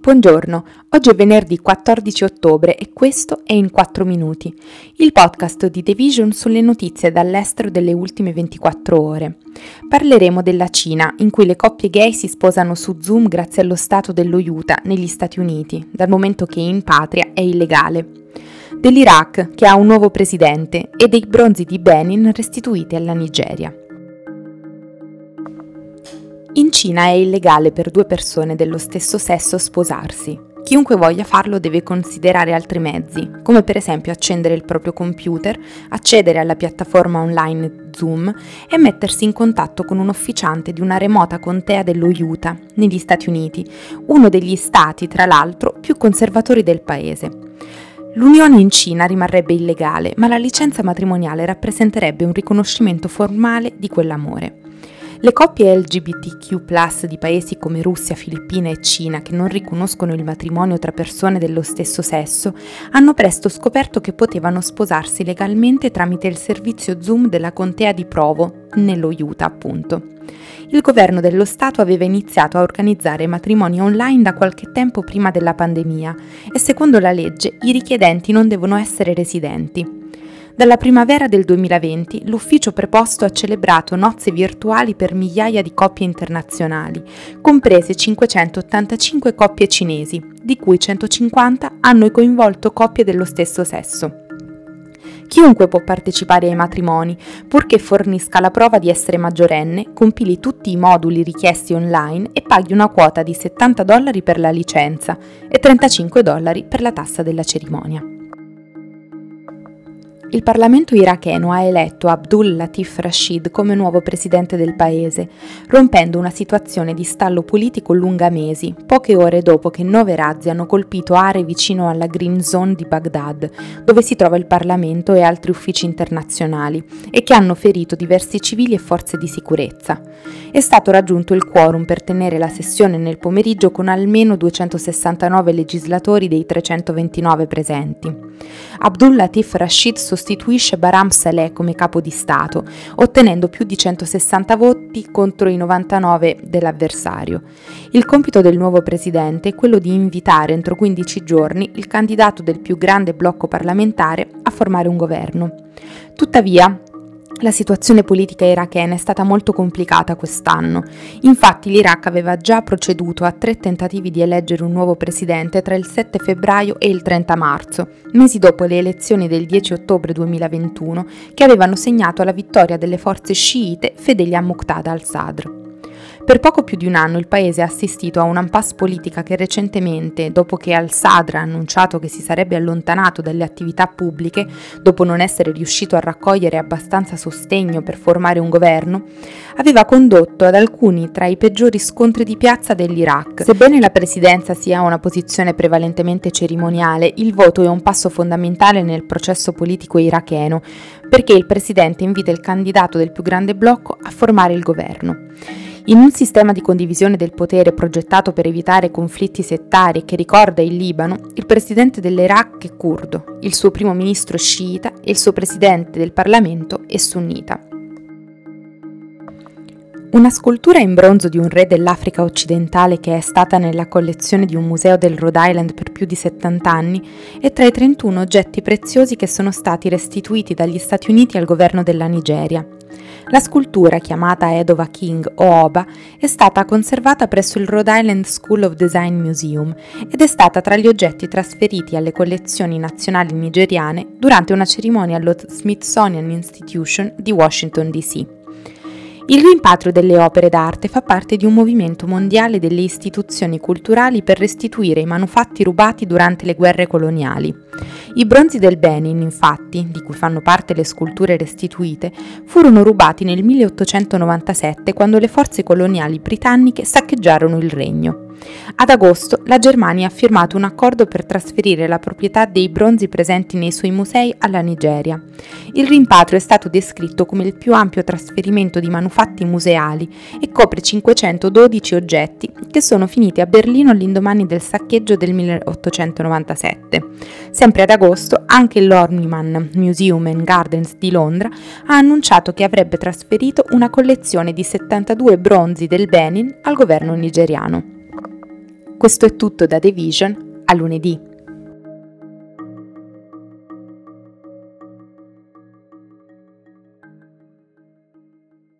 Buongiorno, oggi è venerdì 14 ottobre e questo è In 4 Minuti, il podcast di The Vision sulle notizie dall'estero delle ultime 24 ore. Parleremo della Cina, in cui le coppie gay si sposano su Zoom grazie allo stato dello Utah negli Stati Uniti, dal momento che in patria è illegale. Dell'Iraq, che ha un nuovo presidente, e dei bronzi di Benin restituiti alla Nigeria. In Cina è illegale per due persone dello stesso sesso sposarsi. Chiunque voglia farlo deve considerare altri mezzi, come per esempio accendere il proprio computer, accedere alla piattaforma online Zoom e mettersi in contatto con un officiante di una remota contea dello Utah, negli Stati Uniti, uno degli stati, tra l'altro, più conservatori del paese. L'unione in Cina rimarrebbe illegale, ma la licenza matrimoniale rappresenterebbe un riconoscimento formale di quell'amore. Le coppie LGBTQ+ di paesi come Russia, Filippine e Cina, che non riconoscono il matrimonio tra persone dello stesso sesso, hanno presto scoperto che potevano sposarsi legalmente tramite il servizio Zoom della contea di Provo, nello Utah appunto. Il governo dello Stato aveva iniziato a organizzare matrimoni online da qualche tempo prima della pandemia e secondo la legge i richiedenti non devono essere residenti. Dalla primavera del 2020 l'ufficio preposto ha celebrato nozze virtuali per migliaia di coppie internazionali, comprese 585 coppie cinesi, di cui 150 hanno coinvolto coppie dello stesso sesso. Chiunque può partecipare ai matrimoni, purché fornisca la prova di essere maggiorenne, compili tutti i moduli richiesti online e paghi una quota di $70 per la licenza e $35 per la tassa della cerimonia. Il Parlamento iracheno ha eletto Abdul Latif Rashid come nuovo presidente del paese, rompendo una situazione di stallo politico lunga mesi, poche ore dopo che 9 razzi hanno colpito aree vicino alla Green Zone di Baghdad, dove si trova il Parlamento e altri uffici internazionali, e che hanno ferito diversi civili e forze di sicurezza. È stato raggiunto il quorum per tenere la sessione nel pomeriggio con almeno 269 legislatori dei 329 presenti. Abdul Latif Rashid sostituisce Barham Saleh come capo di Stato, ottenendo più di 160 voti contro i 99 dell'avversario. Il compito del nuovo presidente è quello di invitare entro 15 giorni il candidato del più grande blocco parlamentare a formare un governo. Tuttavia, la situazione politica irachena è stata molto complicata quest'anno. Infatti l'Iraq aveva già proceduto a 3 tentativi di eleggere un nuovo presidente tra il 7 febbraio e il 30 marzo, mesi dopo le elezioni del 10 ottobre 2021, che avevano segnato la vittoria delle forze sciite fedeli a Muqtada al-Sadr. Per poco più di un anno il paese ha assistito a un'impasse politica che recentemente, dopo che al-Sadr ha annunciato che si sarebbe allontanato dalle attività pubbliche, dopo non essere riuscito a raccogliere abbastanza sostegno per formare un governo, aveva condotto ad alcuni tra i peggiori scontri di piazza dell'Iraq. Sebbene la presidenza sia una posizione prevalentemente cerimoniale, il voto è un passo fondamentale nel processo politico iracheno, perché il presidente invita il candidato del più grande blocco a formare il governo. In un sistema di condivisione del potere progettato per evitare conflitti settari e che ricorda il Libano, il presidente dell'Iraq è curdo, il suo primo ministro sciita e il suo presidente del Parlamento è sunnita. Una scultura in bronzo di un re dell'Africa occidentale che è stata nella collezione di un museo del Rhode Island per più di 70 anni è tra i 31 oggetti preziosi che sono stati restituiti dagli Stati Uniti al governo della Nigeria. La scultura, chiamata Edova King o Oba, è stata conservata presso il Rhode Island School of Design Museum ed è stata tra gli oggetti trasferiti alle collezioni nazionali nigeriane durante una cerimonia allo Smithsonian Institution di Washington DC. Il rimpatrio delle opere d'arte fa parte di un movimento mondiale delle istituzioni culturali per restituire i manufatti rubati durante le guerre coloniali. I bronzi del Benin, infatti, di cui fanno parte le sculture restituite, furono rubati nel 1897 quando le forze coloniali britanniche saccheggiarono il regno. Ad agosto la Germania ha firmato un accordo per trasferire la proprietà dei bronzi presenti nei suoi musei alla Nigeria. Il rimpatrio è stato descritto come il più ampio trasferimento di manufatti museali e copre 512 oggetti che sono finiti a Berlino all'indomani del saccheggio del 1897. Sempre ad agosto anche l'Ornament Museum and Gardens di Londra ha annunciato che avrebbe trasferito una collezione di 72 bronzi del Benin al governo nigeriano. Questo è tutto da The Vision, a lunedì.